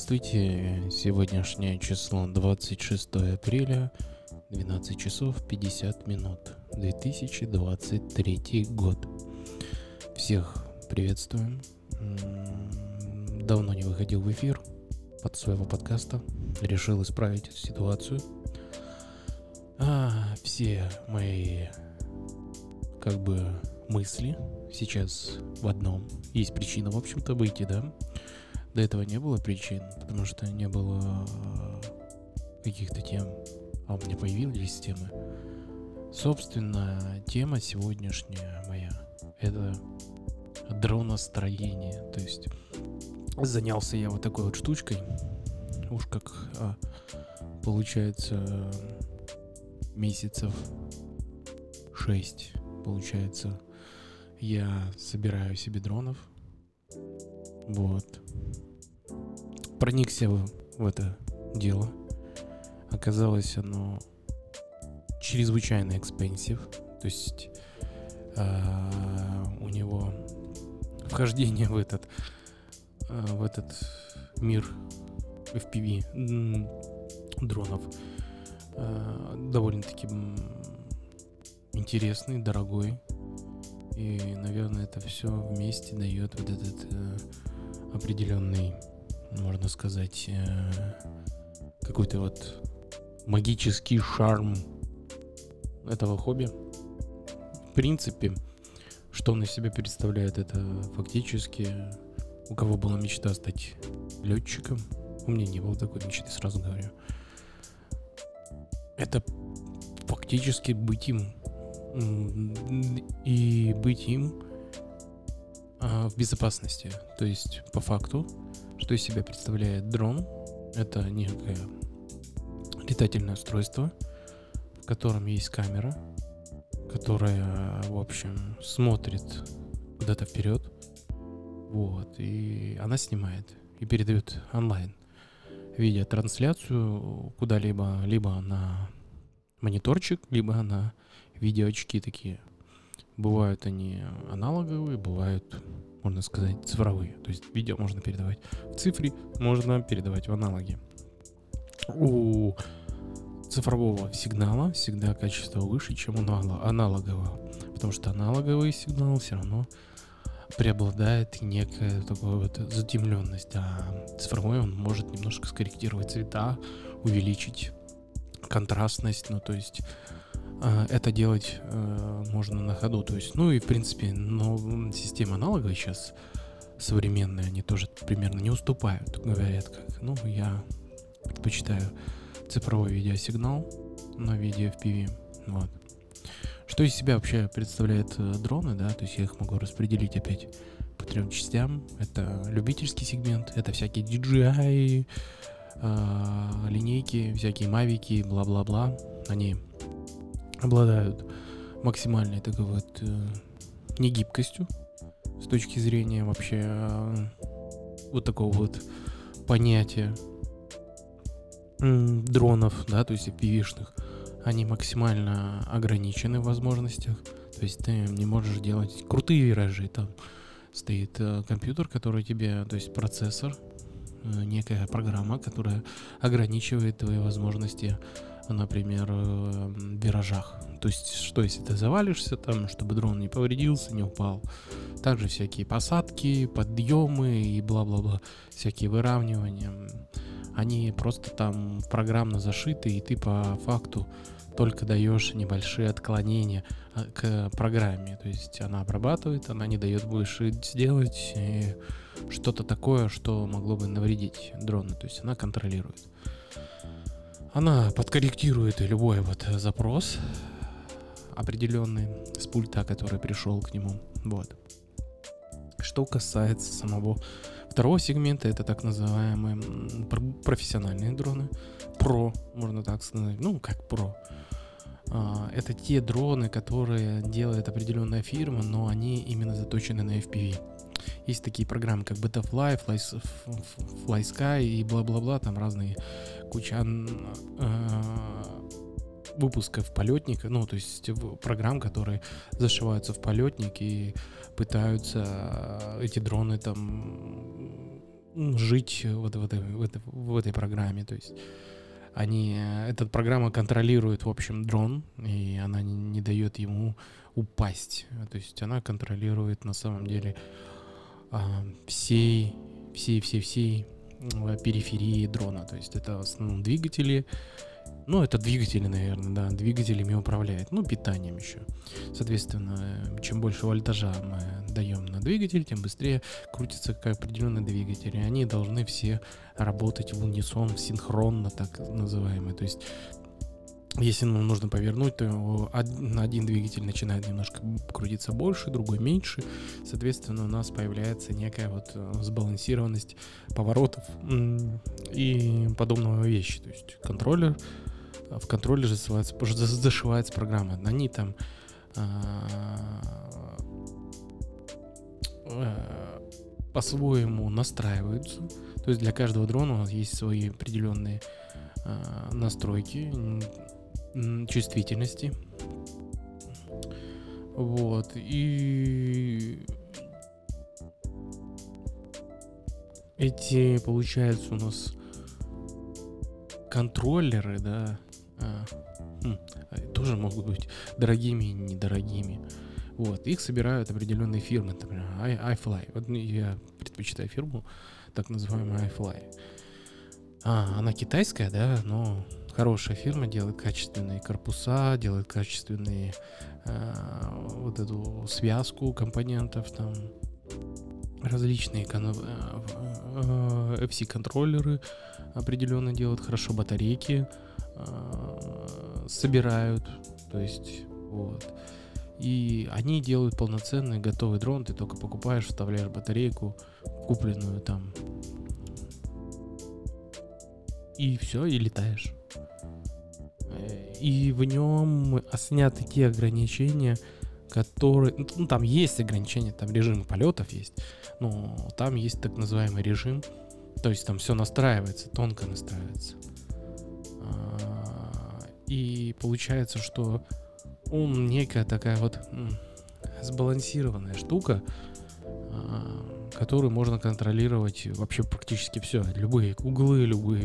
Здравствуйте, сегодняшнее число 26 апреля, 12 часов 50 минут, 2023 год. Всех приветствуем. Давно не выходил в эфир под своего подкаста, решил исправить эту ситуацию. Все мои мысли сейчас в одном. Есть причина, в общем-то, выйти, да? До этого не было причин, потому что не было каких-то тем, а у меня появились темы. Собственно, тема сегодняшняя моя — это дроностроение. То есть занялся я вот такой вот штучкой. Уж как получается месяцев 6, получается, я собираю себе дронов. Вот. Проникся в это дело. Оказалось, оно чрезвычайно экспенсив. То есть у него вхождение в этот мир FPV дронов довольно-таки интересный, дорогой. И, наверное, это все вместе дает вот этот определенный, можно сказать, какой-то вот магический шарм этого хобби. В принципе, что он из себя представляет, это фактически, у кого была мечта стать летчиком, у меня не было такой мечты, сразу говорю, это фактически быть им. И быть им в безопасности. То есть, по факту, что из себя представляет дрон, это некое летательное устройство, в котором есть камера, которая, в общем, смотрит куда-то вперед. Вот, и она снимает и передает онлайн видеотрансляцию куда-либо, либо на мониторчик, либо на видеоочки такие. Бывают они аналоговые, бывают, можно сказать, цифровые. То есть видео можно передавать в цифре, можно передавать в аналоге. У цифрового сигнала всегда качество выше, чем у аналогового. Потому что аналоговый сигнал все равно преобладает некая такая вот затемленность. А цифровой он может немножко скорректировать цвета, увеличить контрастность. Ну, то есть это делать можно на ходу. То есть, ну и в принципе, но системы аналоговые сейчас современные, они тоже примерно не уступают. Говорят, как, ну, я предпочитаю цифровой видеосигнал на видео FPV. Вот. Что из себя вообще представляют дроны, да? То есть я их могу распределить опять по 3 частям. Это любительский сегмент, это всякие DJI, линейки, всякие мавики, бла-бла-бла. Они обладают максимальной такой вот негибкостью с точки зрения вообще вот такого вот понятия дронов, да, то есть FPV-шных. Они максимально ограничены в возможностях. То есть ты не можешь делать крутые виражи. Там стоит компьютер, который тебе, то есть процессор, некая программа, которая ограничивает твои возможности, например, в виражах. То есть, что если ты завалишься там, чтобы дрон не повредился, не упал. Также всякие посадки, подъемы и бла-бла-бла, всякие выравнивания. Они просто там программно зашиты, и ты по факту только даешь небольшие отклонения к программе. То есть она обрабатывает, она не дает больше сделать что-то такое, что могло бы навредить дрону. То есть она контролирует. Она подкорректирует любой вот запрос определенный с пульта, который пришел к нему. Вот. Что касается самого второго сегмента, это так называемые профессиональные дроны. Про, можно так сказать. Ну, как про. Это те дроны, которые делает определенная фирма, но они именно заточены на FPV. Есть такие программы, как Betafly, FlySky и бла-бла-бла, там разные куча выпусков полетника, ну, то есть программ, которые зашиваются в полетник и пытаются эти дроны там жить в этой программе. То есть эта программа контролирует, в общем, дрон, и она не дает ему упасть. То есть она контролирует на самом деле всей периферии дрона. То есть это в основном двигатели. Ну, это двигатели, наверное, да, двигателями управляет. Ну, питанием еще. Соответственно, чем больше вольтажа мы даем на двигатель, тем быстрее крутится как определенный двигатель. И они должны все работать в унисон, синхронно, так называемые. То есть, если нам нужно повернуть, то один двигатель начинает немножко крутиться больше, другой меньше. Соответственно, у нас появляется некая вот сбалансированность поворотов и подобного вещи. То есть в контроллере зашивается программа. Они там по-своему настраиваются. То есть для каждого дрона у нас есть свои определенные настройки чувствительности. Вот. И эти, получается, у нас контроллеры, да, тоже могут быть дорогими и недорогими. Вот. Их собирают определенные фирмы, например, iFly. Вот я предпочитаю фирму, так называемую iFly. Она китайская, да, но хорошая фирма, делает качественные корпуса, делает качественные вот эту связку компонентов, там различные FC-контроллеры определенно делают, хорошо батарейки собирают, то есть вот. И они делают полноценный готовый дрон, ты только покупаешь, вставляешь батарейку, купленную там, и все, и летаешь. И в нем сняты те ограничения, которые... Ну, там есть ограничения, там режим полетов есть, но там есть так называемый режим, то есть там все настраивается, тонко настраивается. И получается, что он некая такая вот сбалансированная штука, которую можно контролировать вообще практически все. Любые углы,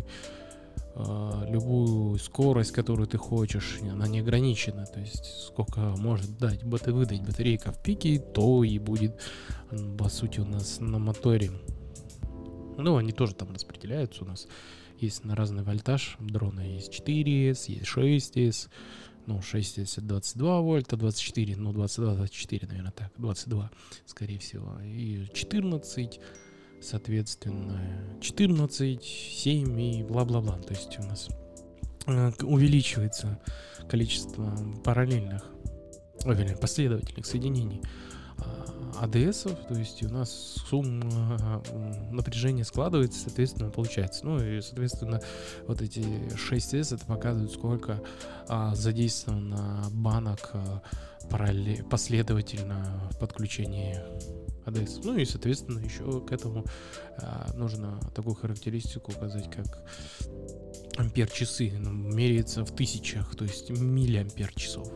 любую скорость, которую ты хочешь, она не ограничена. То есть сколько может выдать батарейка в пике, то и будет, по сути, у нас на моторе. Ну, они тоже там распределяются у нас. Есть на разный вольтаж дрона. Есть 4S, есть 6S. Ну, 6S это 22 вольта, 24, ну, 22, 24, наверное, так. 22, скорее всего. И 14, соответственно, 14, 7 и бла-бла-бла. То есть у нас увеличивается количество последовательных соединений АДСов, то есть у нас сумма напряжения складывается, соответственно, получается. Ну и, соответственно, вот эти 6S это показывает, сколько задействовано банок последовательно в подключении АДС. Ну и, соответственно, еще к этому нужно такую характеристику указать, как ампер-часы. Меряется в тысячах, то есть миллиампер часов.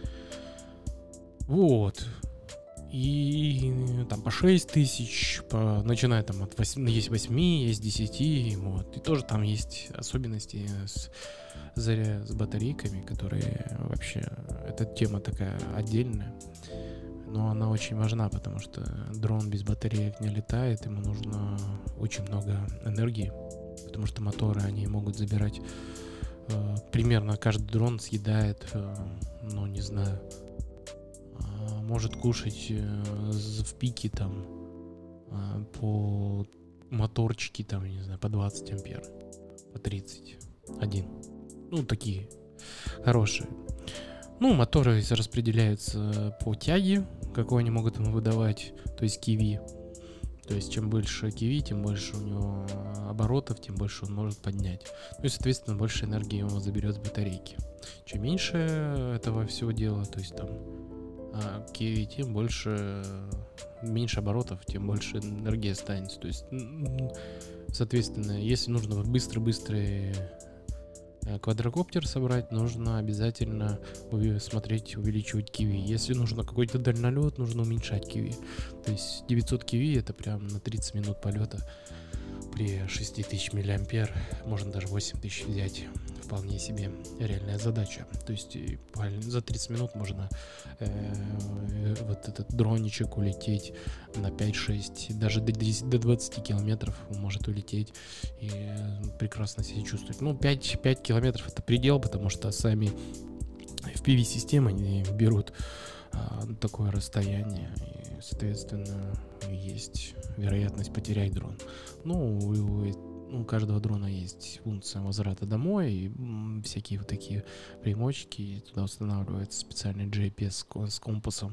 Вот. И там по 6 тысяч, начиная там от 8, есть 8, есть 10, вот. И тоже там есть особенности с батарейками, которые вообще, эта тема такая отдельная, но она очень важна, потому что дрон без батареек не летает, ему нужно очень много энергии, потому что моторы, они могут забирать, примерно каждый дрон съедает, ну не знаю, может кушать в пике там по моторчике там, не знаю, по 20 ампер, по 31. Ну, такие хорошие. Ну, моторы распределяются по тяге, какой они могут ему выдавать, то есть киви. То есть чем больше киви, тем больше у него оборотов, тем больше он может поднять. Ну и, соответственно, больше энергии он заберет с батарейки. Чем меньше этого всего дела, то есть там киви, тем меньше оборотов, тем больше энергии останется. То есть, соответственно, если нужно быстрый квадрокоптер собрать, нужно обязательно увеличивать киви. Если нужно какой-то дальнолет, нужно уменьшать киви. То есть 900 киви это прям на 30 минут полета при 6000 миллиампер можно даже 8000 взять. Вполне себе реальная задача. То есть за 30 минут можно вот этот дрончик улететь на 5-6, даже до 20 километров может улететь и прекрасно себя чувствовать. Ну, 5 километров это предел, потому что сами FPV-системы они берут такое расстояние, и, соответственно, есть вероятность потерять дрон. Ну, у каждого дрона есть функция возврата домой, и всякие вот такие примочки, и туда устанавливается специальный GPS с компасом,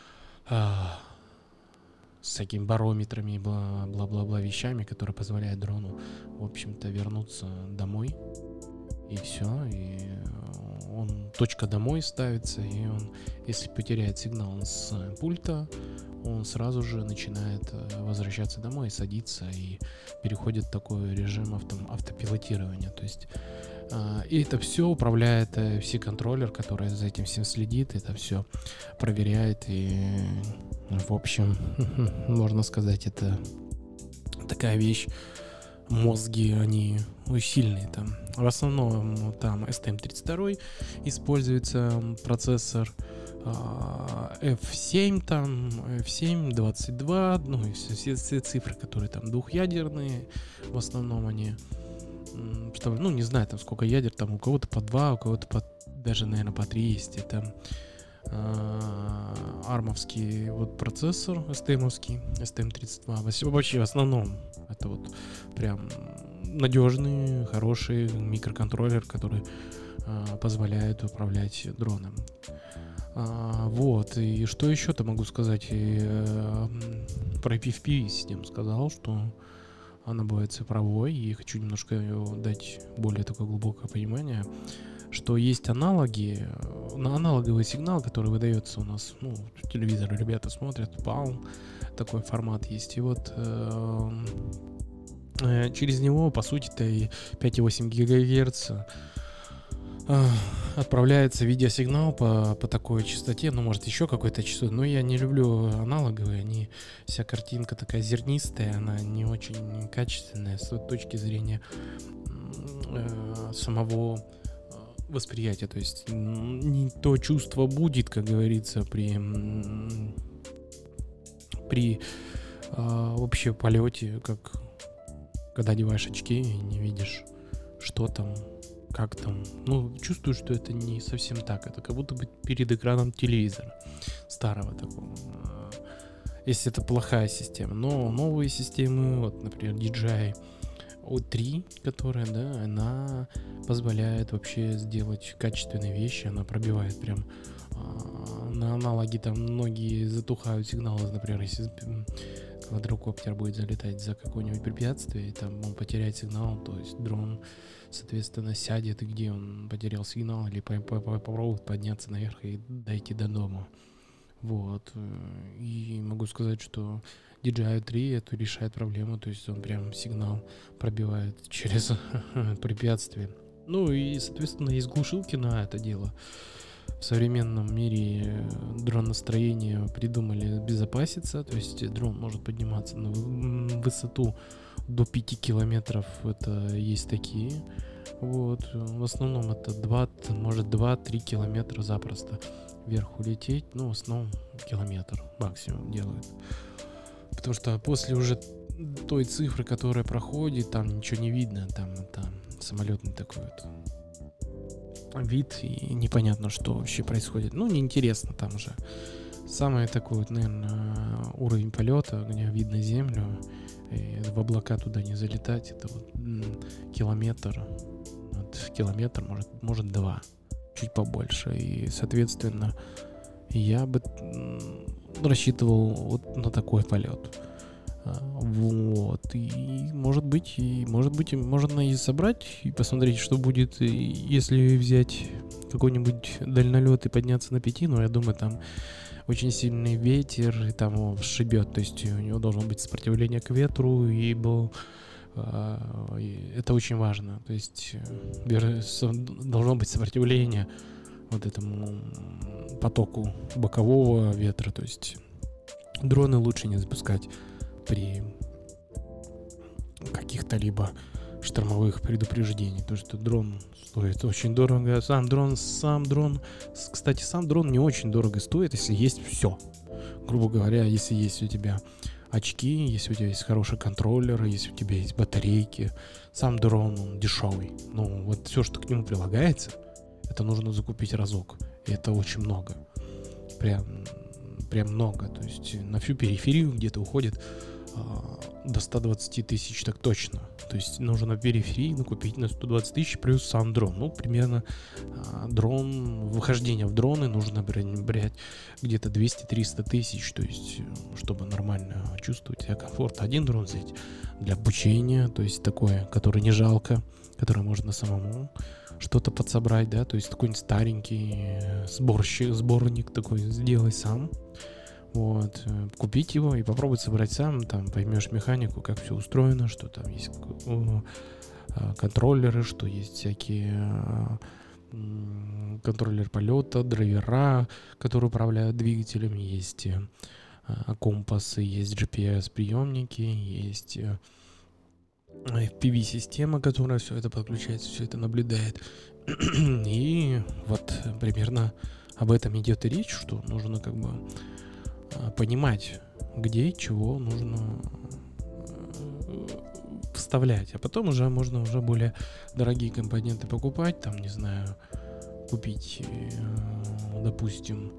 с всякими барометрами и бла-бла-бла вещами, которые позволяют дрону, в общем-то, вернуться домой. И все, и точка домой ставится, и он, если потеряет сигнал с пульта, он сразу же начинает возвращаться домой, садиться и переходит в такой режим автопилотирования. То есть и это все управляет все-контроллер, который за этим всем следит, это все проверяет, и в общем, можно сказать, это такая вещь. Мозги, они сильные там. В основном там STM32 используется процессор, F7 там, F7, 22, ну и все цифры, которые там двухъядерные, в основном они, ну не знаю там сколько ядер, там у кого-то по 2, у кого-то даже, наверное, по 3 есть, и там армовский вот процессор STM-овский, STM32. Вообще в основном это вот прям надежный, хороший микроконтроллер, который позволяет управлять дроном. Вот, и что еще-то могу сказать про FPV-систему. Сказал, что она бывает цифровой, и хочу немножко дать более такое глубокое понимание, что есть аналоговый сигнал, который выдается у нас, ну, телевизор ребята смотрят, PAL, такой формат есть, и вот через него, по сути-то, и 5,8 ГГц отправляется видеосигнал по такой частоте, ну, может, еще какой-то частоте, но я не люблю аналоговые, вся картинка такая зернистая, она не очень качественная с точки зрения самого восприятия, то есть не то чувство будет, как говорится, при вообще полете, как когда одеваешь очки и не видишь, что там, как там. Ну, чувствую, что это не совсем так. Это как будто бы перед экраном телевизора старого такого. Если это плохая система. Но новые системы, вот, например, DJI O3, которая, да, она позволяет вообще сделать качественные вещи. Она пробивает прям на аналоги, там многие затухают сигналы, например, если квадрокоптер будет залетать за какое-нибудь препятствие, и там он потеряет сигнал, то есть дрон, соответственно, сядет, и где он потерял сигнал, или попробует подняться наверх и дойти до дома. Вот. И могу сказать, что DJI 3 это решает проблему, то есть он прям сигнал пробивает через препятствие. Ну и, соответственно, есть глушилки на это дело. В современном мире дроностроение придумали безопаситься, то есть дрон может подниматься на высоту до 5 километров, это есть такие. Вот. В основном это 2-3 километра запросто вверх улететь, ну, в основном километр максимум делают. Потому что после уже той цифры, которая проходит, там ничего не видно, там это самолетный такой вот вид, и непонятно, что вообще происходит. Ну, неинтересно там уже. Самый такой вот, наверное, уровень полета, где видно землю, и в облака туда не залетать, это вот километр, может 2, чуть побольше. И, соответственно, я бы рассчитывал вот на такой полет. Вот. И может быть, можно и собрать и посмотреть, что будет, если взять какой-нибудь дальнолет и подняться на 5, но я думаю, там очень сильный ветер, и там его сшибет, то есть у него должно быть сопротивление к ветру, это очень важно, то есть должно быть сопротивление вот этому потоку бокового ветра, то есть дроны лучше не запускать при каких-то либо штормовых предупреждений. То, что дрон стоит очень дорого. Кстати, сам дрон не очень дорого стоит, если есть все. Грубо говоря, если есть у тебя очки, если у тебя есть хороший контроллер, если у тебя есть батарейки, сам дрон, он дешевый. Ну, вот все, что к нему прилагается, это нужно закупить разок. И это очень много. Прям много. То есть на всю периферию где-то уходит до 120 тысяч, так точно. То есть нужно на периферии накупить на 120 тысяч плюс сам дрон. Ну, примерно выхождение в дроны нужно брать где-то 200-300 тысяч. То есть, чтобы нормально чувствовать себя комфортно. Один дрон взять для обучения, то есть такое, которое не жалко, которое можно самому что-то подсобрать, да, то есть какой-нибудь старенький сборник такой сделай сам. Вот, купить его и попробовать собрать сам, там поймешь механику, как все устроено, что там есть контроллеры, что есть всякие контроллер полета, драйвера, которые управляют двигателем, есть компасы, есть GPS-приемники, есть FPV-система, которая все это подключается, все это наблюдает. И вот примерно об этом идет и речь, что нужно как бы понимать, где и чего нужно вставлять. А потом уже можно уже более дорогие компоненты покупать. Там, не знаю, купить, допустим,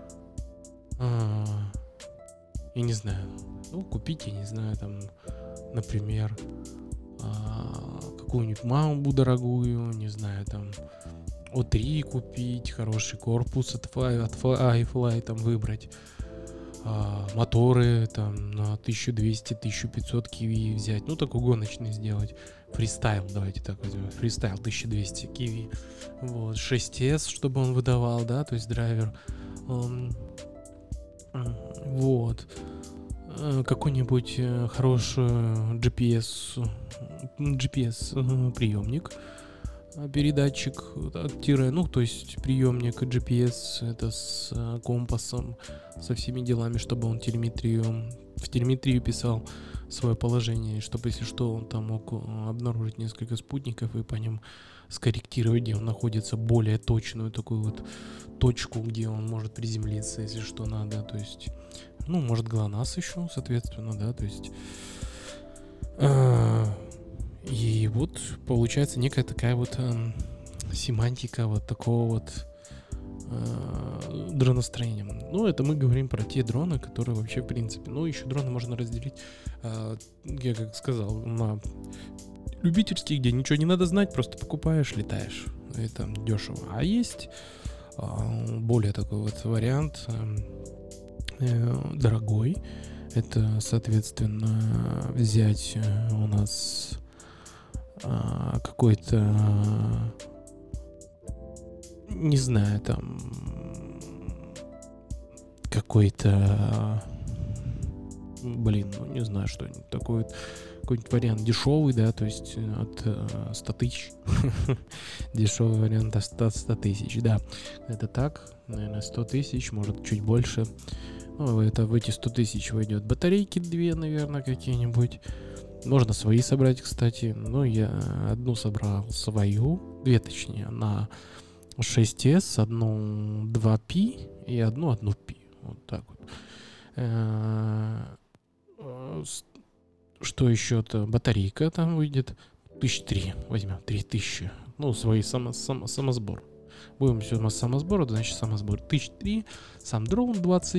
я не знаю, купить, я не знаю, там, например, какую-нибудь мамбу дорогую, не знаю, там, О3 купить, хороший корпус от iFly там выбрать, моторы там на 1200-1500 киви взять, такой гоночный сделать, фристайл, давайте так возьмем, фристайл 1200 киви, вот, 6S, чтобы он выдавал, да, то есть драйвер, вот, какой-нибудь хороший GPS приемник, передатчик, то есть приемник GPS, это с компасом, со всеми делами, чтобы он в телеметрию писал свое положение, чтобы, если что, он там мог обнаружить несколько спутников и по ним скорректировать, где он находится, более точную такую вот точку, где он может приземлиться, если что надо, то есть, может ГЛОНАСС еще, соответственно, да, то есть и вот получается некая такая вот семантика вот такого вот дроностроения. Это мы говорим про те дроны, которые вообще в принципе, еще дроны можно разделить, я как сказал, на любительские, где ничего не надо знать, просто покупаешь, летаешь, и там дешево. А есть более такой вот вариант, дорогой. Это, соответственно, взять у нас какой-то, не знаю, там какой-то, не знаю, что-нибудь такое, какой-нибудь вариант дешевый, да, то есть от 100 тысяч. Дешевый вариант от 100 тысяч, да. Это так, наверное, 100 тысяч, может, чуть больше. Это в эти 100 тысяч войдет батарейки 2, наверное, какие-нибудь. Можно свои собрать, кстати. Я одну собрал свою, две точнее, на 6S, одну 2P и одну 1P. Вот так вот. Что еще-то? Батарейка там выйдет. 1003 возьмем, 3000. Свои самосбор. Будем все самосбор, значит самосбор 1003. Сам дрон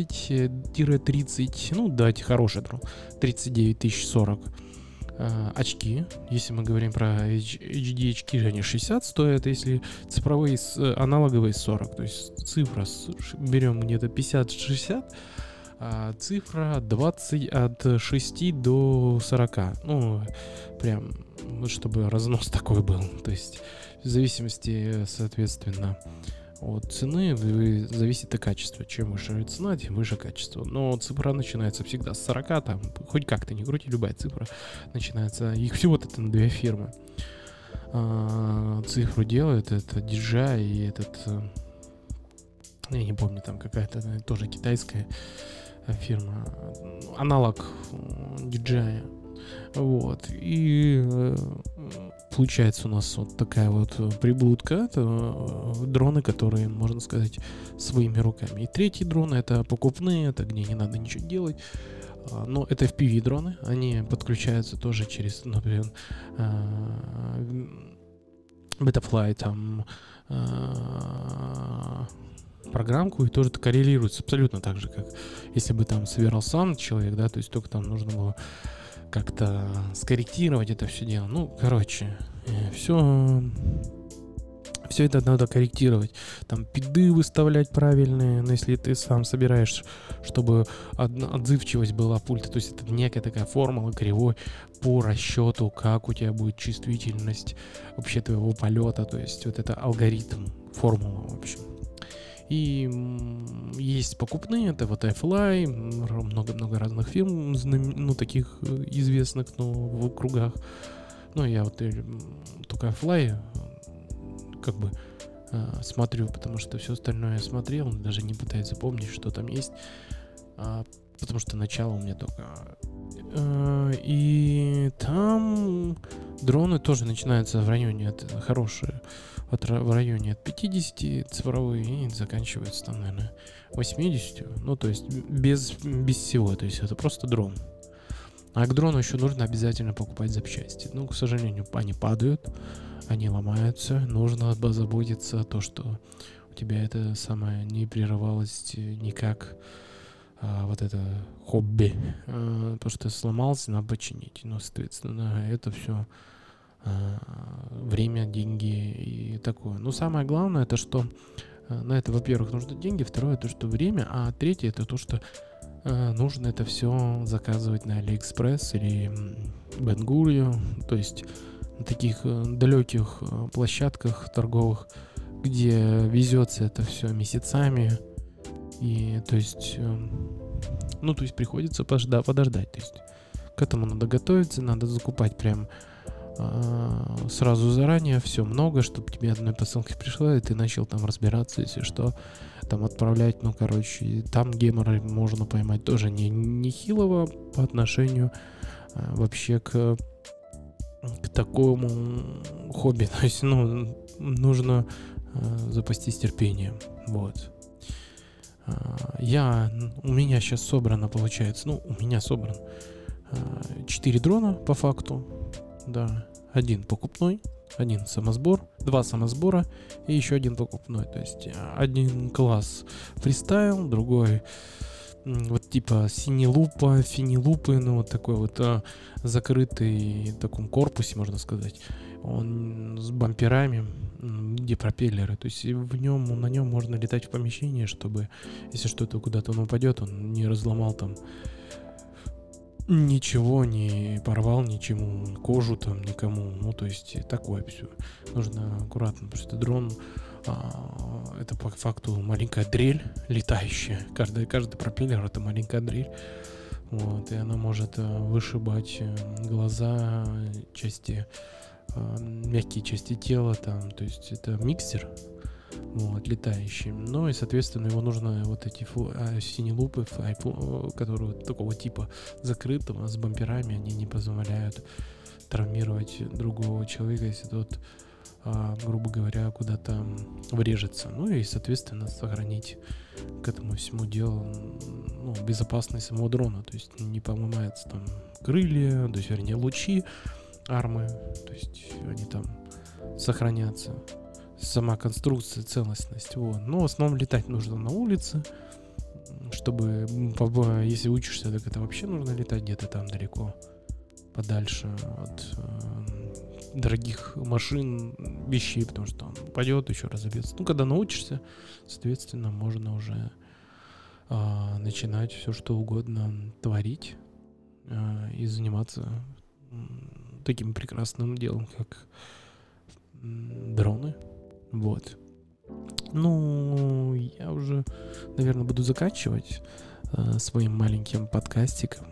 20-30. Давайте хороший дрон. 39040. Очки, если мы говорим про HD очки, они 60 стоят, если цифровые аналоговые 40, то есть цифра берем где-то 50-60, а цифра 20 от 6 до 40, прям, чтобы разнос такой был, то есть в зависимости, соответственно, от цены зависит от качества. Чем выше цена, тем выше качество. Но цифра начинается всегда с 40, там, хоть как-то не крути, любая цифра начинается. Их всего-то это на две фирмы. Цифру делают, это DJI и этот, я не помню, там какая-то тоже китайская фирма, аналог DJI. Вот. И получается у нас вот такая вот приблудка. Это дроны, которые, можно сказать, своими руками. И третий дрон — это покупные, это где не надо ничего делать. Но это FPV дроны. Они подключаются тоже через, например, Betaflight, там программку, и тоже это коррелируется абсолютно так же, как если бы там собирал сам человек, да, то есть только там нужно было как-то скорректировать это все дело. Ну, короче, все это надо корректировать. Там пиды выставлять правильные, но если ты сам собираешь, чтобы отзывчивость была пульта, то есть это некая такая формула кривой по расчету, как у тебя будет чувствительность вообще твоего полета, то есть вот это алгоритм, формула, в общем. И есть покупные, это вот iFly, много-много разных фирм, ну, таких известных, ну, в кругах. Ну, я вот только iFly как бы смотрю, потому что все остальное я смотрел, даже не пытаюсь запомнить, что там есть, потому что начало у меня только. И там дроны тоже начинаются в районе хорошие, в районе от 50 цифровые и заканчиваются там, наверное, 80. Ну, то есть без всего, то есть это просто дрон. А к дрону еще нужно обязательно покупать запчасти. Ну, к сожалению, они падают, они ломаются. Нужно позаботиться то, что у тебя это самое не прерывалось никак, вот это хобби. То, что сломался, надо починить. Ну, соответственно, это все время, деньги и такое. Но самое главное, это что на это, во-первых, нужны деньги, второе, то, что время, а третье, это то, что нужно это все заказывать на AliExpress или Бенгурию, то есть на таких далеких площадках торговых, где везется это все месяцами, и то есть, ну, то есть приходится подождать, то есть к этому надо готовиться, надо закупать прям сразу заранее все много, чтобы тебе одной посылкой пришло, и ты начал там разбираться, если что, там отправлять, ну, короче, там геморрой можно поймать тоже не хилого по отношению вообще к такому хобби. То есть, ну, нужно запастись терпением. Вот. У меня сейчас собрано, получается, у меня собран 4 дрона по факту. Да, один покупной, один самосбор, 2 самосбора и еще один покупной. То есть один класс фристайл, другой вот типа финилупы, ну вот такой вот закрытый в таком корпусе, можно сказать. Он с бамперами, где пропеллеры. То есть на нем можно летать в помещении, чтобы, если что-то куда-то он упадет, он не разломал там ничего, не порвал ничему, кожу там никому. Ну, то есть такое все. Нужно аккуратно, потому что дрон это по факту маленькая дрель летающая. Каждый пропеллер — это маленькая дрель. Вот, и она может вышибать глаза, мягкие части тела там. То есть это миксер, вот, летающий. Ну и, соответственно, его нужно вот эти синелупы, которые такого типа закрытого, с бамперами, они не позволяют травмировать другого человека, если тот, грубо говоря, куда-то врежется. Ну и, соответственно, сохранить к этому всему делу безопасность самого дрона. То есть не поломаются там крылья, то есть, вернее, лучи, армы, то есть они там сохранятся. Сама конструкция, целостность. Вот. Но в основном летать нужно на улице, чтобы, если учишься, так это вообще нужно летать где-то там далеко, подальше от дорогих машин, вещей, потому что он упадет, еще разобьется. Ну, когда научишься, соответственно, можно уже начинать все, что угодно творить и заниматься таким прекрасным делом, как дроны. Вот. Ну, я уже, наверное, буду заканчивать своим маленьким подкастиком.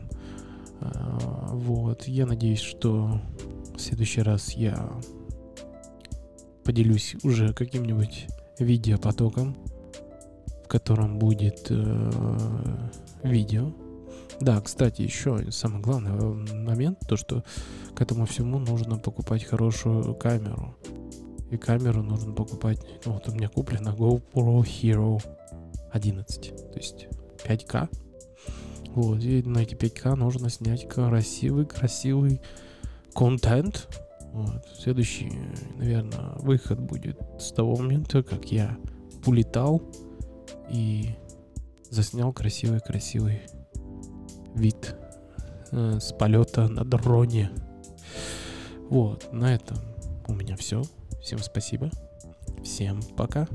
Вот. Я надеюсь, что в следующий раз я поделюсь уже каким-нибудь видеопотоком, в котором будет видео. Да, кстати, еще самый главный момент, то что к этому всему нужно покупать хорошую камеру. И камеру нужно покупать, ну вот у меня куплена GoPro Hero 11, то есть 5К. Вот, и на эти 5К нужно снять красивый контент. Вот. Следующий, наверное, выход будет с того момента, как я улетал и заснял красивый вид с полета на дроне. Вот, на этом у меня все. Всем спасибо. Всем пока.